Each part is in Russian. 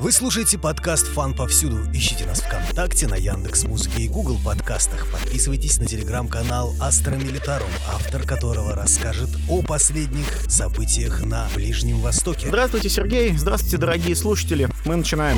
Вы слушаете подкаст «Фан повсюду». Ищите нас ВКонтакте, на Яндекс.Музыке и Google подкастах. Подписывайтесь на телеграм-канал Астра Милитарум, автор которого расскажет о последних событиях на Ближнем Востоке. Здравствуйте, Сергей. Здравствуйте, дорогие слушатели. Мы начинаем.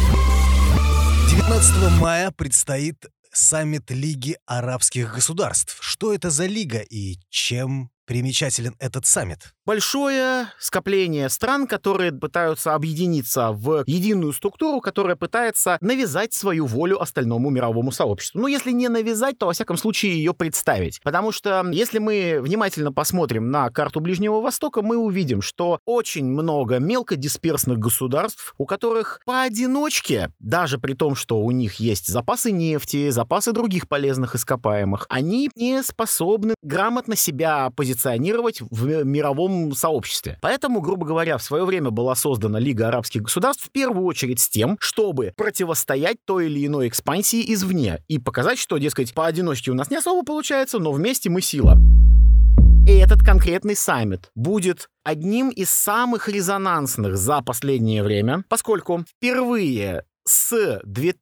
19 мая предстоит саммит Лиги арабских государств. Что это за лига и чем примечателен этот саммит? Большое скопление стран, которые пытаются объединиться в единую структуру, которая пытается навязать свою волю остальному мировому сообществу. Ну, если не навязать, то, во всяком случае, ее представить. Потому что, если мы внимательно посмотрим на карту Ближнего Востока, мы увидим, что очень много мелкодисперсных государств, у которых поодиночке, даже при том, что у них есть запасы нефти, запасы других полезных ископаемых, они не способны грамотно себя позиционировать в мировом сообществе. Поэтому, грубо говоря, в свое время была создана Лига арабских государств в первую очередь с тем, чтобы противостоять той или иной экспансии извне и показать, что, дескать, поодиночке у нас не особо получается, но вместе мы сила. И этот конкретный саммит будет одним из самых резонансных за последнее время, поскольку впервые с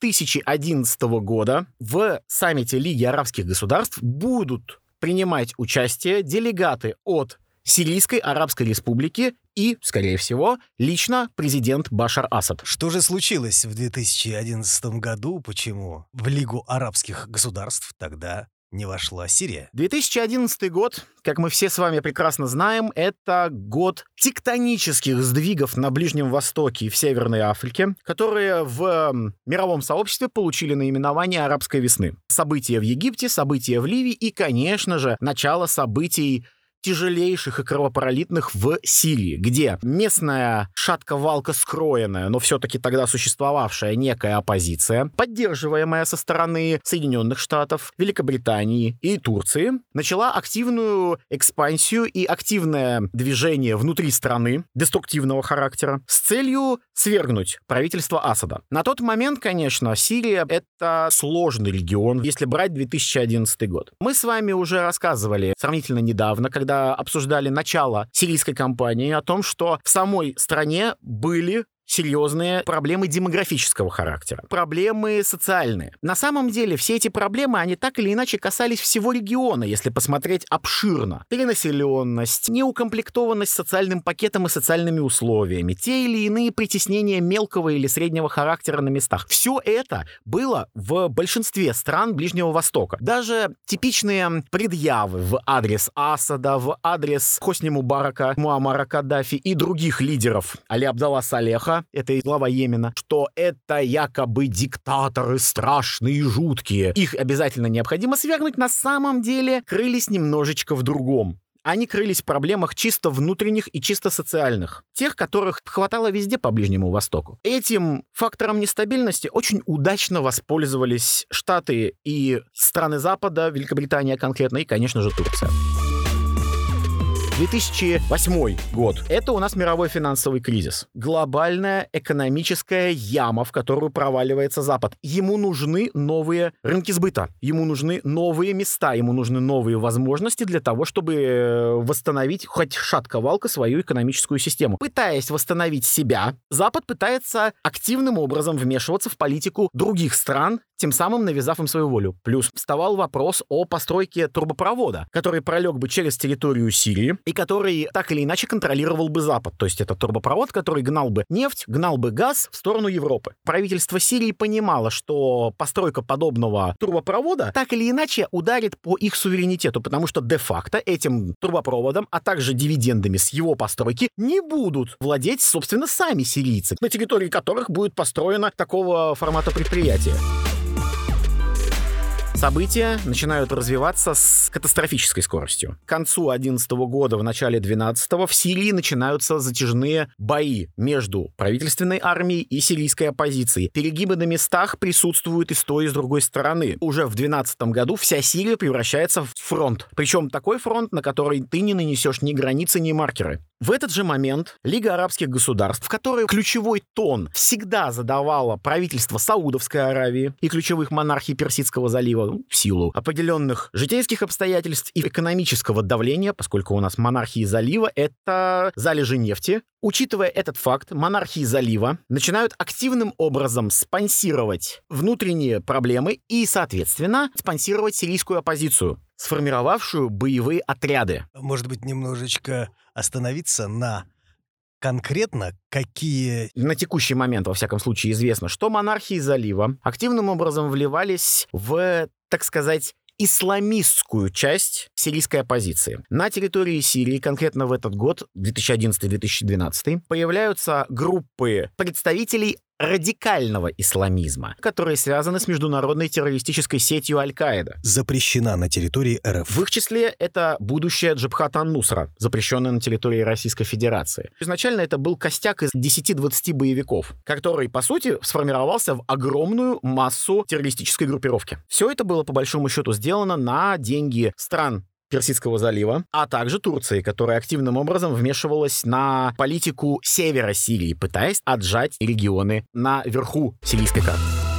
2011 года в саммите Лиги арабских государств будут принимать участие делегаты от Сирийской Арабской Республики и, скорее всего, лично президент Башар Асад. Что же случилось в 2011 году? Почему в Лигу арабских государств тогда не вошла Сирия? 2011 год, как мы все с вами прекрасно знаем, это год тектонических сдвигов на Ближнем Востоке и в Северной Африке, которые в мировом сообществе получили наименование «Арабской весны». События в Египте, события в Ливии и, конечно же, начало событий тяжелейших и кровопролитных в Сирии, где местная шатко-валко скроенная, но все-таки тогда существовавшая некая оппозиция, поддерживаемая со стороны Соединенных Штатов, Великобритании и Турции, начала активную экспансию и активное движение внутри страны деструктивного характера с целью свергнуть правительство Асада. На тот момент, конечно, Сирия — это сложный регион, если брать 2011 год. Мы с вами уже рассказывали сравнительно недавно, когда обсуждали начало сирийской кампании, о том, что в самой стране были серьезные проблемы демографического характера, проблемы социальные. На самом деле все эти проблемы, они так или иначе касались всего региона, если посмотреть обширно. Перенаселенность, неукомплектованность социальным пакетом и социальными условиями, те или иные притеснения мелкого или среднего характера на местах. Все это было в большинстве стран Ближнего Востока. Даже типичные предъявы в адрес Асада, в адрес Хосни Мубарака, Муаммара Каддафи и других лидеров, Али Абдалла Салеха, это глава Йемена, что это якобы диктаторы страшные и жуткие. Их обязательно необходимо свергнуть, на самом деле крылись немножечко в другом. Они крылись в проблемах чисто внутренних и чисто социальных. Тех, которых хватало везде по Ближнему Востоку. Этим фактором нестабильности очень удачно воспользовались Штаты и страны Запада, Великобритания конкретно, и, конечно же, Турция. 2008 год. Это у нас мировой финансовый кризис. Глобальная экономическая яма, в которую проваливается Запад. Ему нужны новые рынки сбыта. Ему нужны новые места. Ему нужны новые возможности для того, чтобы восстановить хоть шатко-валко свою экономическую систему. Пытаясь восстановить себя, Запад пытается активным образом вмешиваться в политику других стран, тем самым навязав им свою волю. Плюс вставал вопрос о постройке трубопровода, который пролег бы через территорию Сирии и который так или иначе контролировал бы Запад. То есть это трубопровод, который гнал бы нефть, гнал бы газ в сторону Европы. Правительство Сирии понимало, что постройка подобного трубопровода так или иначе ударит по их суверенитету, потому что де-факто этим трубопроводом, а также дивидендами с его постройки не будут владеть, собственно, сами сирийцы, на территории которых будет построено такого формата предприятие. События начинают развиваться с катастрофической скоростью. К концу 2011 года, в начале 2012 в Сирии начинаются затяжные бои между правительственной армией и сирийской оппозицией. Перегибы на местах присутствуют и с той, и с другой стороны. Уже в 2012 году вся Сирия превращается в фронт. Причем такой фронт, на который ты не нанесешь ни границы, ни маркеры. В этот же момент Лига арабских государств, в которой ключевой тон всегда задавала правительство Саудовской Аравии и ключевых монархий Персидского залива, в силу определенных житейских обстоятельств и экономического давления, поскольку у нас монархии залива — это залежи нефти. Учитывая этот факт, монархии залива начинают активным образом спонсировать внутренние проблемы и, соответственно, спонсировать сирийскую оппозицию, сформировавшую боевые отряды. Может быть, немножечко остановиться на конкретно какие... На текущий момент, во всяком случае, известно, что монархии залива активным образом вливались в, так сказать, исламистскую часть сирийской оппозиции. На территории Сирии, конкретно в этот год, 2011-2012, появляются группы представителей радикального исламизма, которые связаны с международной террористической сетью Аль-Каида. Запрещена на территории РФ. В их числе это будущая Джабхат ан-Нусра, запрещенная на территории Российской Федерации. Изначально это был костяк из 10-20 боевиков, который, по сути, сформировался в огромную массу террористической группировки. Все это было, по большому счету, сделано на деньги стран Персидского залива, а также Турции, которая активным образом вмешивалась на политику севера Сирии, пытаясь отжать регионы наверху сирийской карты.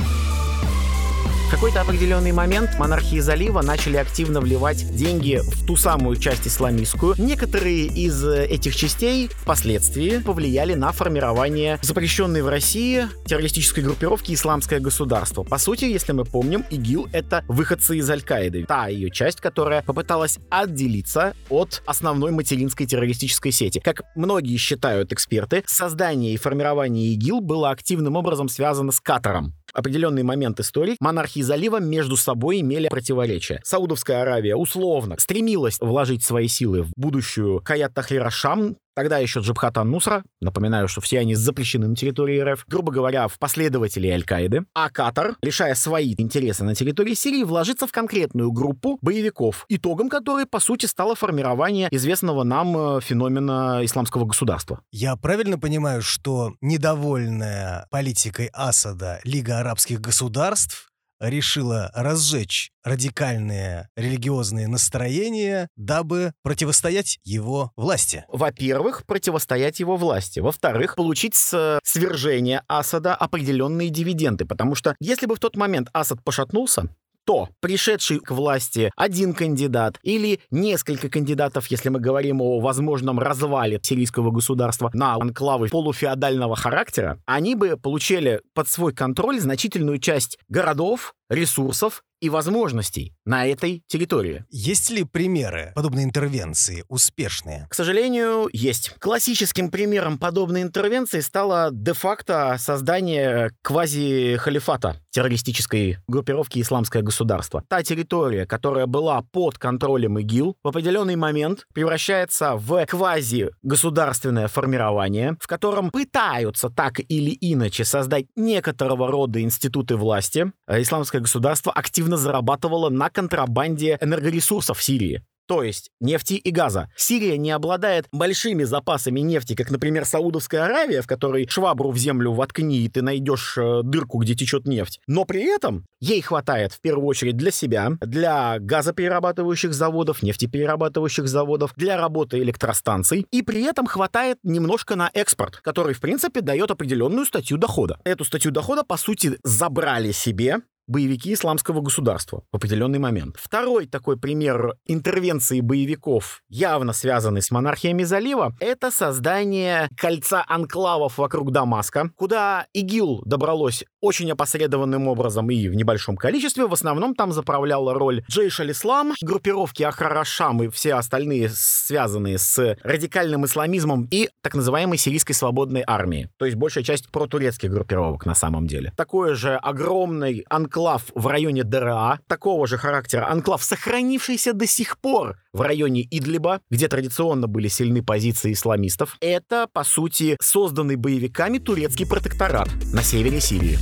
В какой-то определенный момент монархии залива начали активно вливать деньги в ту самую часть исламистскую. Некоторые из этих частей впоследствии повлияли на формирование запрещенной в России террористической группировки «Исламское государство». По сути, если мы помним, ИГИЛ — это выходцы из Аль-Каиды. Та ее часть, которая попыталась отделиться от основной материнской террористической сети. Как многие считают эксперты, создание и формирование ИГИЛ было активным образом связано с Катаром. В определенный момент истории монархии залива между собой имели противоречия. Саудовская Аравия условно стремилась вложить свои силы в будущую Хаят Тахрир аш-Шам, тогда еще Джабхат ан-Нусра, напоминаю, что все они запрещены на территории РФ, грубо говоря, в последователей Аль-Каиды, а Катар, решая свои интересы на территории Сирии, вложится в конкретную группу боевиков, итогом которой, по сути, стало формирование известного нам феномена исламского государства. Я правильно понимаю, что недовольная политикой Асада Лига арабских государств решила разжечь радикальные религиозные настроения, дабы противостоять его власти? Во-первых, противостоять его власти. Во-вторых, получить с свержения Асада определенные дивиденды. Потому что если бы в тот момент Асад пошатнулся, то пришедший к власти один кандидат или несколько кандидатов, если мы говорим о возможном развале сирийского государства на анклавы полуфеодального характера, они бы получили под свой контроль значительную часть городов, ресурсов и возможностей на этой территории. Есть ли примеры подобной интервенции успешные? К сожалению, есть. Классическим примером подобной интервенции стало де-факто создание квази-халифата террористической группировки «Исламское государство». Та территория, которая была под контролем ИГИЛ, в определенный момент превращается в квази-государственное формирование, в котором пытаются так или иначе создать некоторого рода институты власти. Исламское государство активно зарабатывало на контрабанде энергоресурсов в Сирии. То есть нефти и газа. Сирия не обладает большими запасами нефти, как, например, Саудовская Аравия, в которой швабру в землю воткни, и ты найдешь дырку, где течет нефть. Но при этом ей хватает в первую очередь для себя, для газоперерабатывающих заводов, нефтеперерабатывающих заводов, для работы электростанций. И при этом хватает немножко на экспорт, который, в принципе, дает определенную статью дохода. Эту статью дохода, по сути, забрали себе боевики исламского государства в определенный момент. Второй такой пример интервенции боевиков, явно связанный с монархиями залива, это создание кольца анклавов вокруг Дамаска, куда ИГИЛ добралось очень опосредованным образом и в небольшом количестве. В основном там заправляла роль Джейш аль-Ислам, группировки Ахрар аш-Шам и все остальные, связанные с радикальным исламизмом и так называемой сирийской свободной армии. То есть большая часть протурецких группировок на самом деле. Такой же огромный анклав в районе ДРА, такого же характера анклав, сохранившийся до сих пор в районе Идлиба, где традиционно были сильны позиции исламистов. Это, по сути, созданный боевиками турецкий протекторат на севере Сирии.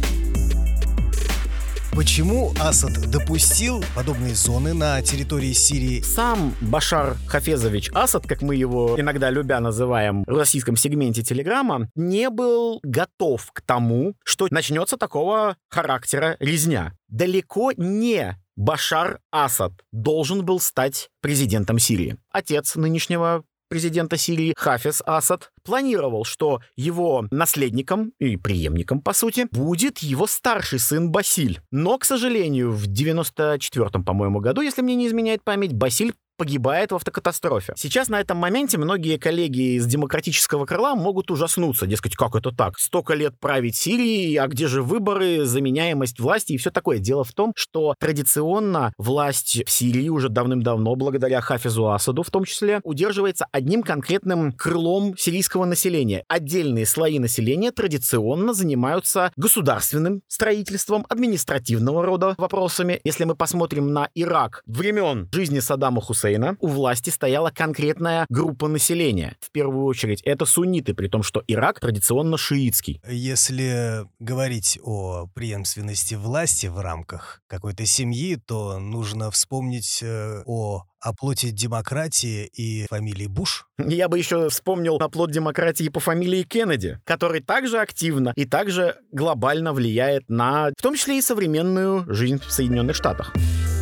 Почему Асад допустил подобные зоны на территории Сирии? Сам Башар Хафезович Асад, как мы его иногда любя называем в российском сегменте Телеграма, не был готов к тому, что начнется такого характера резня. Далеко не Башар Асад должен был стать президентом Сирии. Отец нынешнего президента Сирии Хафиз Асад, планировал, что его наследником и преемником, по сути, будет его старший сын Басиль. Но, к сожалению, в 94-м, по-моему, году, если мне не изменяет память, Басиль погибает в автокатастрофе. Сейчас на этом моменте многие коллеги из демократического крыла могут ужаснуться. Дескать, как это так? Столько лет править Сирией, а где же выборы, заменяемость власти и все такое? Дело в том, что традиционно власть в Сирии уже давным-давно, благодаря Хафизу Асаду в том числе, удерживается одним конкретным крылом сирийского населения. Отдельные слои населения традиционно занимаются государственным строительством, административного рода вопросами. Если мы посмотрим на Ирак времен жизни Саддама Хусейна, у власти стояла конкретная группа населения. В первую очередь, это сунниты, при том, что Ирак традиционно шиитский. Если говорить о преемственности власти в рамках какой-то семьи, то нужно вспомнить о оплоте демократии и фамилии Буш. Я бы еще вспомнил оплот демократии по фамилии Кеннеди, который также активно и также глобально влияет на, в том числе и современную жизнь в Соединенных Штатах.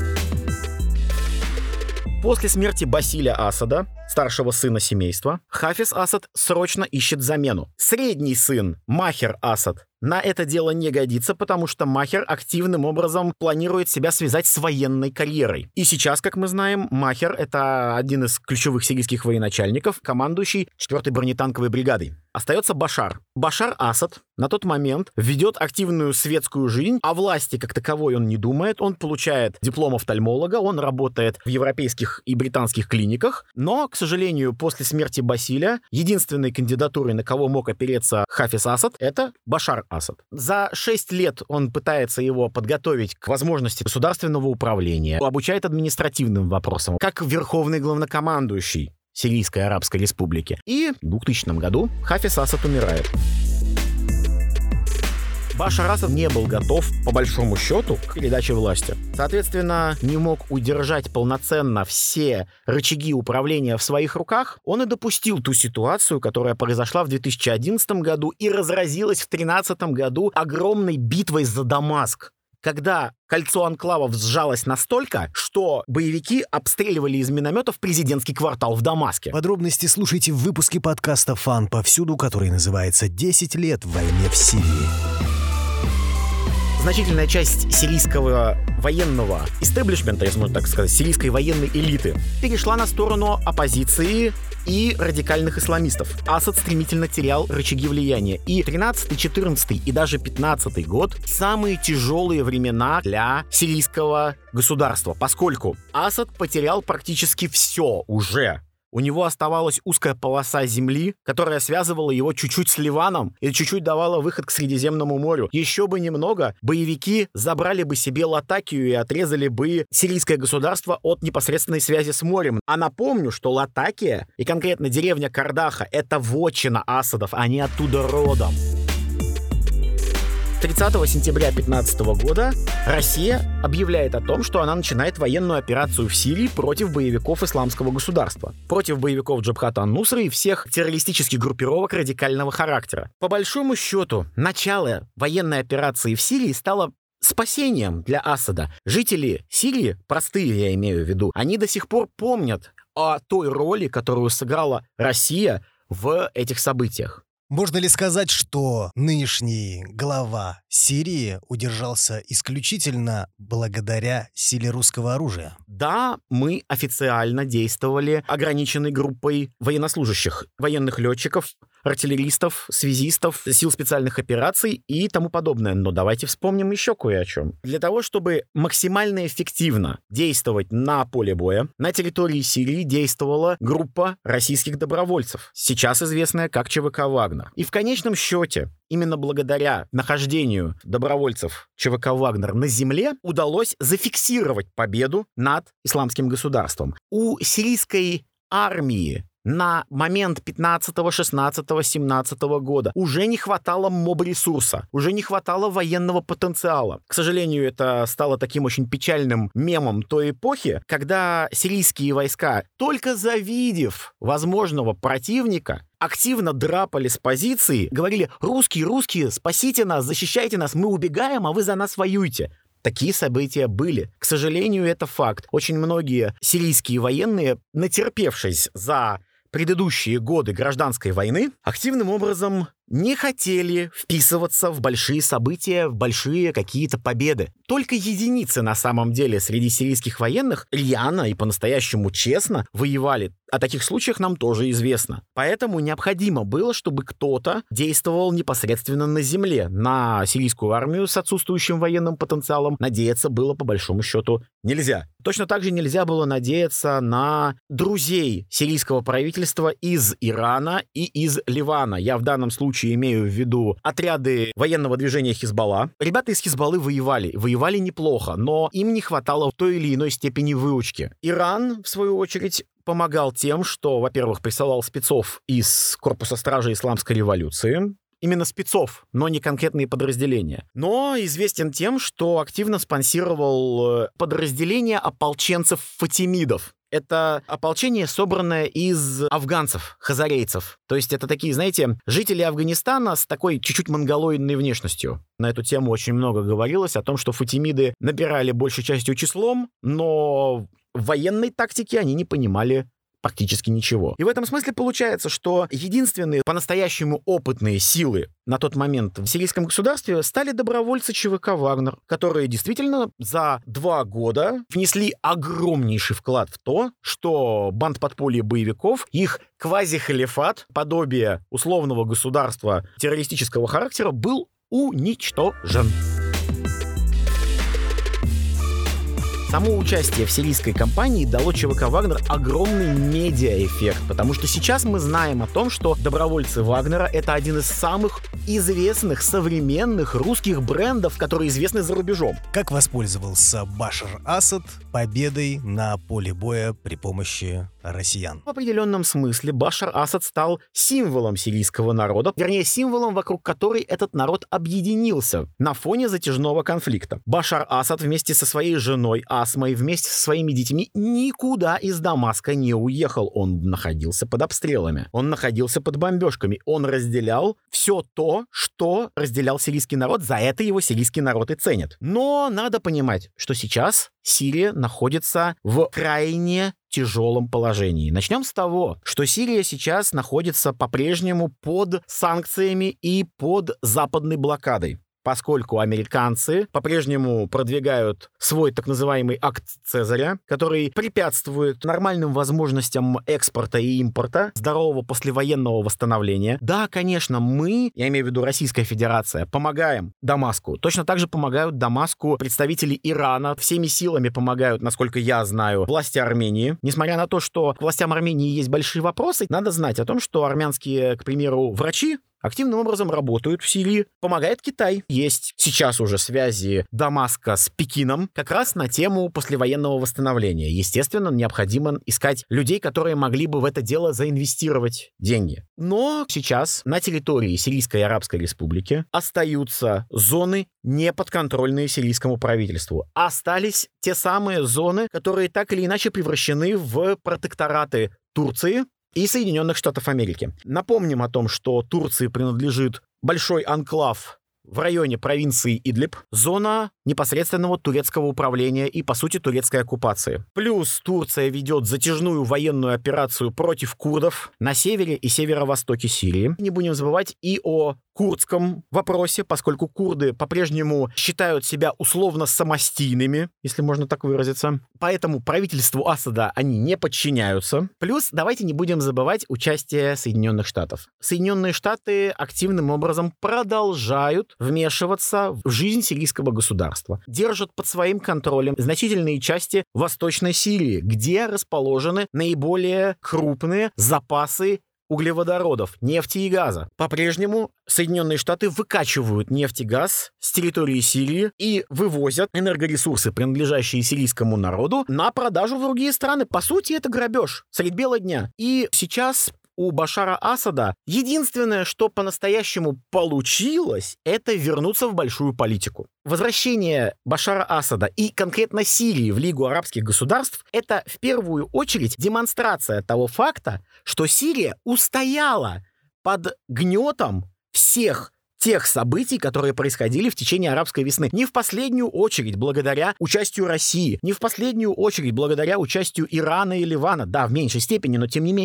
После смерти Басиля Асада, старшего сына семейства, Хафиз Асад срочно ищет замену. Средний сын Махер Асад на это дело не годится, потому что Махер активным образом планирует себя связать с военной карьерой. И сейчас, как мы знаем, Махер — это один из ключевых сирийских военачальников, командующий 4-й бронетанковой бригадой. Остается Башар. Башар Асад на тот момент ведет активную светскую жизнь, о власти как таковой он не думает, он получает диплом офтальмолога, он работает в европейских и британских клиниках, но, к сожалению, после смерти Басиля единственной кандидатурой, на кого мог опереться Хафиз Асад, это Башар Асад. За 6 лет он пытается его подготовить к возможности государственного управления, обучает административным вопросам, как верховный главнокомандующий Сирийской Арабской Республики. И в 2000 году Хафиз Асад умирает. Башар Асад не был готов, по большому счету, к передаче власти. Соответственно, не мог удержать полноценно все рычаги управления в своих руках. Он и допустил ту ситуацию, которая произошла в 2011 году и разразилась в 2013 году огромной битвой за Дамаск, когда кольцо анклавов сжалось настолько, что боевики обстреливали из минометов президентский квартал в Дамаске. Подробности слушайте в выпуске подкаста «Фан повсюду», который называется «10 лет в войне в Сирии». Значительная часть сирийского военного истеблишмента, если можно так сказать, сирийской военной элиты, перешла на сторону оппозиции и радикальных исламистов. Асад стремительно терял рычаги влияния. И 13-й, 14-й и даже 15-й год — самые тяжелые времена для сирийского государства, поскольку Асад потерял практически все уже. У него оставалась узкая полоса земли, которая связывала его чуть-чуть с Ливаном и чуть-чуть давала выход к Средиземному морю. Еще бы немного, боевики забрали бы себе Латакию и отрезали бы сирийское государство от непосредственной связи с морем. А напомню, что Латакия и конкретно деревня Кардаха — это вотчина Асадов, они оттуда родом. 30 сентября 2015 года Россия объявляет о том, что она начинает военную операцию в Сирии против боевиков исламского государства, против боевиков Джабхат ан-Нусра и всех террористических группировок радикального характера. По большому счету, начало военной операции в Сирии стало спасением для Асада. Жители Сирии, простые я имею в виду, они до сих пор помнят о той роли, которую сыграла Россия в этих событиях. Можно ли сказать, что нынешний глава Сирии удержался исключительно благодаря силе русского оружия? Да, мы официально действовали ограниченной группой военнослужащих, военных летчиков, артиллеристов, связистов, сил специальных операций и тому подобное. Но давайте вспомним еще кое о чем. Для того, чтобы максимально эффективно действовать на поле боя, на территории Сирии действовала группа российских добровольцев, сейчас известная как ЧВК «Вагнер». И в конечном счете, именно благодаря нахождению добровольцев ЧВК «Вагнер» на земле удалось зафиксировать победу над исламским государством. У сирийской армии на момент 15, 16, 17 года уже не хватало моб-ресурса, уже не хватало военного потенциала. К сожалению, это стало таким очень печальным мемом той эпохи, когда сирийские войска, только завидев возможного противника, активно драпали с позиции, говорили: «Русские, русские, спасите нас, защищайте нас, мы убегаем, а вы за нас воюете». Такие события были. К сожалению, это факт. Очень многие сирийские военные, натерпевшись за предыдущие годы гражданской войны активным образом не хотели вписываться в большие события, в большие какие-то победы. Только единицы на самом деле среди сирийских военных рьяно и по-настоящему честно воевали. О таких случаях нам тоже известно. Поэтому необходимо было, чтобы кто-то действовал непосредственно на земле. На сирийскую армию с отсутствующим военным потенциалом надеяться было, по большому счету, нельзя. Точно так же нельзя было надеяться на друзей сирийского правительства из Ирана и из Ливана. Я в данном случае имею в виду отряды военного движения Хизбалла. Ребята из Хизбаллы воевали неплохо, но им не хватало в той или иной степени выучки. Иран, в свою очередь, помогал тем, что, во-первых, присылал спецов из корпуса стражи Исламской революции, именно спецов, но не конкретные подразделения. Но известен тем, что активно спонсировал подразделения ополченцев-фатимидов. Это ополчение, собранное из афганцев, хазарейцев. То есть это такие, знаете, жители Афганистана с такой чуть-чуть монголоидной внешностью. На эту тему очень много говорилось о том, что фатимиды набирали большей частью числом, но в военной тактике они не понимали практически ничего. И в этом смысле получается, что единственные по-настоящему опытные силы на тот момент в сирийском государстве стали добровольцы ЧВК «Вагнер», которые действительно за 2 года внесли огромнейший вклад в то, что бандподполье боевиков, их квазихалифат, подобие условного государства террористического характера, был уничтожен. Само участие в сирийской кампании дало ЧВК «Вагнер» огромный медиаэффект, потому что сейчас мы знаем о том, что добровольцы Вагнера — это один из самых известных современных русских брендов, которые известны за рубежом. Как воспользовался Башар Асад победой на поле боя при помощи россиян? В определенном смысле Башар Асад стал символом сирийского народа, вернее, символом, вокруг которой этот народ объединился на фоне затяжного конфликта. Башар Асад вместе со своей женой Асмой, вместе со своими детьми никуда из Дамаска не уехал. Он находился под обстрелами, он находился под бомбежками, он разделял все то, что разделял сирийский народ, за это его сирийский народ и ценит. Но надо понимать, что сейчас Сирия находится в крайне тяжелом положении. Начнем с того, что Сирия сейчас находится по-прежнему под санкциями и под западной блокадой, поскольку американцы по-прежнему продвигают свой так называемый акт Цезаря, который препятствует нормальным возможностям экспорта и импорта, здорового послевоенного восстановления. Да, конечно, мы, я имею в виду Российская Федерация, помогаем Дамаску. Точно так же помогают Дамаску представители Ирана, всеми силами помогают, насколько я знаю, власти Армении. Несмотря на то, что к властям Армении есть большие вопросы, надо знать о том, что армянские, к примеру, врачи активным образом работают в Сирии. Помогает Китай. Есть сейчас уже связи Дамаска с Пекином как раз на тему послевоенного восстановления. Естественно, необходимо искать людей, которые могли бы в это дело заинвестировать деньги. Но сейчас на территории Сирийской Арабской Республики остаются зоны, неподконтрольные сирийскому правительству. Остались те самые зоны, которые так или иначе превращены в протектораты Турции и Соединенных Штатов Америки. Напомним о том, что Турции принадлежит большой анклав в районе провинции Идлиб, зона непосредственного турецкого управления и, по сути, турецкой оккупации. Плюс Турция ведет затяжную военную операцию против курдов на севере и северо-востоке Сирии. Не будем забывать и о курдском вопросе, поскольку курды по-прежнему считают себя условно самостийными, если можно так выразиться. Поэтому правительству Асада они не подчиняются. Плюс давайте не будем забывать участие Соединенных Штатов. Соединенные Штаты активным образом продолжают вмешиваться в жизнь сирийского государства. Держат под своим контролем значительные части Восточной Сирии, где расположены наиболее крупные запасы углеводородов, нефти и газа. По-прежнему Соединенные Штаты выкачивают нефть и газ с территории Сирии и вывозят энергоресурсы, принадлежащие сирийскому народу, на продажу в другие страны. По сути, это грабеж средь бела дня. И сейчас у Башара Асада единственное, что по-настоящему получилось, это вернуться в большую политику. Возвращение Башара Асада и конкретно Сирии в Лигу арабских государств — это в первую очередь демонстрация того факта, что Сирия устояла под гнетом всех тех событий, которые происходили в течение арабской весны. Не в последнюю очередь благодаря участию России, не в последнюю очередь благодаря участию Ирана и Ливана, да, в меньшей степени, но тем не менее.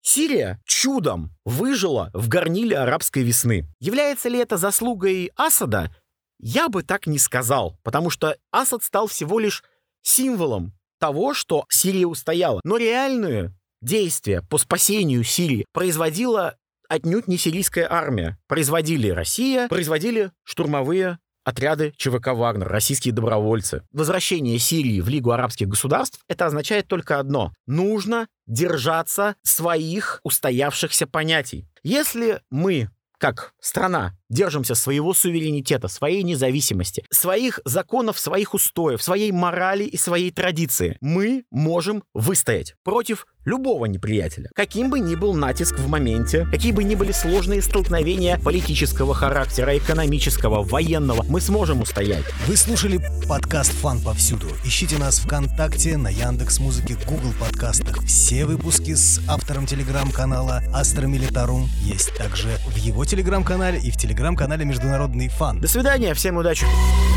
Сирия чудом выжила в горниле арабской весны. Является ли это заслугой Асада? Я бы так не сказал, потому что Асад стал всего лишь символом того, что Сирия устояла. Но реальные действия по спасению Сирии производила отнюдь не сирийская армия. Производили Россия, производили штурмовые отряды ЧВК «Вагнер», российские добровольцы. Возвращение Сирии в Лигу арабских государств — это означает только одно. Нужно держаться своих устоявшихся понятий. Если мы, как страна, держимся своего суверенитета, своей независимости, своих законов, своих устоев, своей морали и своей традиции, мы можем выстоять против любого неприятеля. Каким бы ни был натиск в моменте, какие бы ни были сложные столкновения политического характера, экономического, военного, мы сможем устоять. Вы слушали подкаст «Фан повсюду». Ищите нас ВКонтакте, на Яндекс.Музыке, Google подкастах. Все выпуски с автором телеграм-канала Astra Militarum есть также в его телеграм-канале и в телеграм-канале «Международный фан». До свидания, всем удачи!